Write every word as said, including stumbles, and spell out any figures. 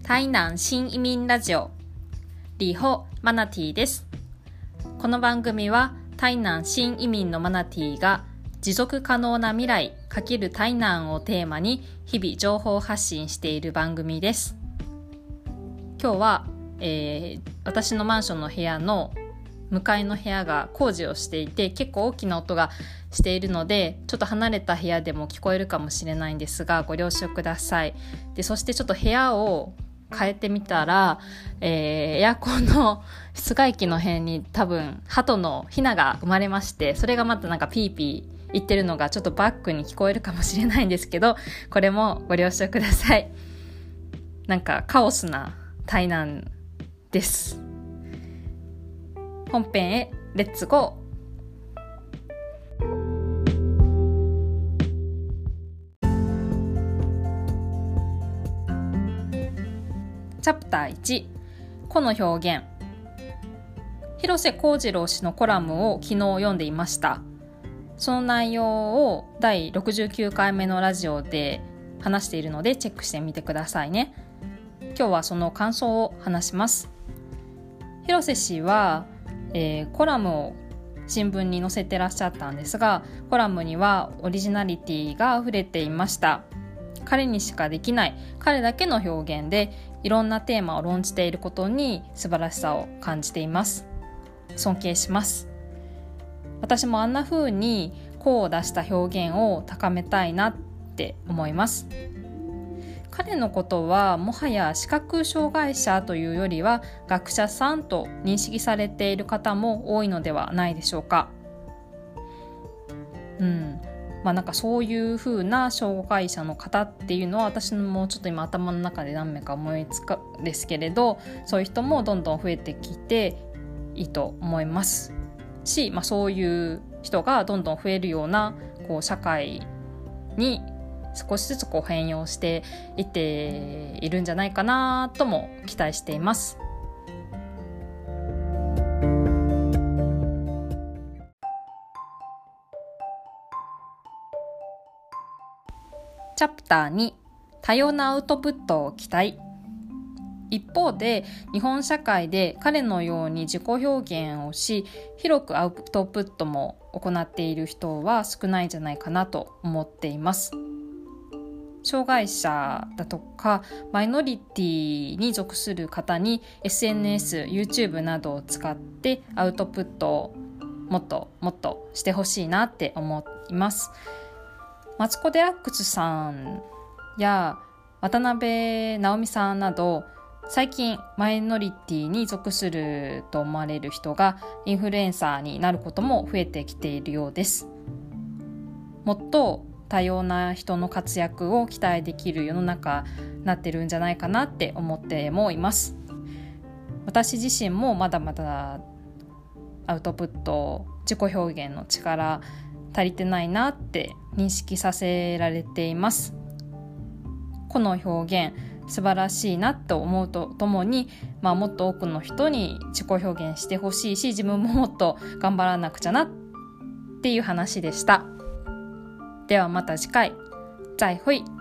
台南新移民ラジオリホマナティです。この番組は台南新移民のマナティが持続可能な未来×台南をテーマに日々情報発信している番組です。今日は、えー、私のマンションの部屋の向かいの部屋が工事をしていて結構大きな音がしているのでちょっと離れた部屋でも聞こえるかもしれないんですがご了承ください。でそしてちょっと部屋を変えてみたら、えー、エアコンの室外機の辺に多分鳩のヒナが生まれまして、それがまたなんかピーピー言ってるのがちょっとバックに聞こえるかもしれないんですけど、これもご了承ください。なんかカオスな台南です。本編へレッツゴー。チャプターいち、個の表現。広瀬幸次郎氏のコラムを昨日読んでいました。その内容をだいろくじゅうきゅうかいめのラジオで話しているのでチェックしてみてくださいね。今日はその感想を話します。広瀬氏は、えー、コラムを新聞に載せてらっしゃったんですが、コラムにはオリジナリティがあふれていました。彼にしかできない彼だけの表現でいろんなテーマを論じていることに素晴らしさを感じています。尊敬します。私もあんな風に声を出した表現を高めたいなって思います。彼のことはもはや視覚障害者というよりは学者さんと認識されている方も多いのではないでしょうか。うんまあ、なんかそういう風な障害者の方っていうのは私もちょっと今頭の中で何名か思いつかですけれど、そういう人もどんどん増えてきていいと思いますし、まあ、そういう人がどんどん増えるようなこう社会に少しずつこう変容していっているんじゃないかなとも期待しています。チャプターに、多様なアウトプットを期待。一方で日本社会で彼のように自己表現をし広くアウトプットも行っている人は少ないんじゃないかなと思っています。障害者だとかマイノリティに属する方に エスエヌエス、YouTube などを使ってアウトプットをもっともっとしてほしいなって思います。マツコ・デラックスさんや渡辺直美さんなど最近マイノリティに属すると思われる人がインフルエンサーになることも増えてきているようです。もっと多様な人の活躍を期待できる世の中になってるんじゃないかなって思ってもいます。私自身もまだまだアウトプット、自己表現の力足りてないなって認識させられています。この表現素晴らしいなと思うとともに、まあ、もっと多くの人に自己表現してほしいし自分ももっと頑張らなくちゃなっていう話でした。ではまた次回。再会。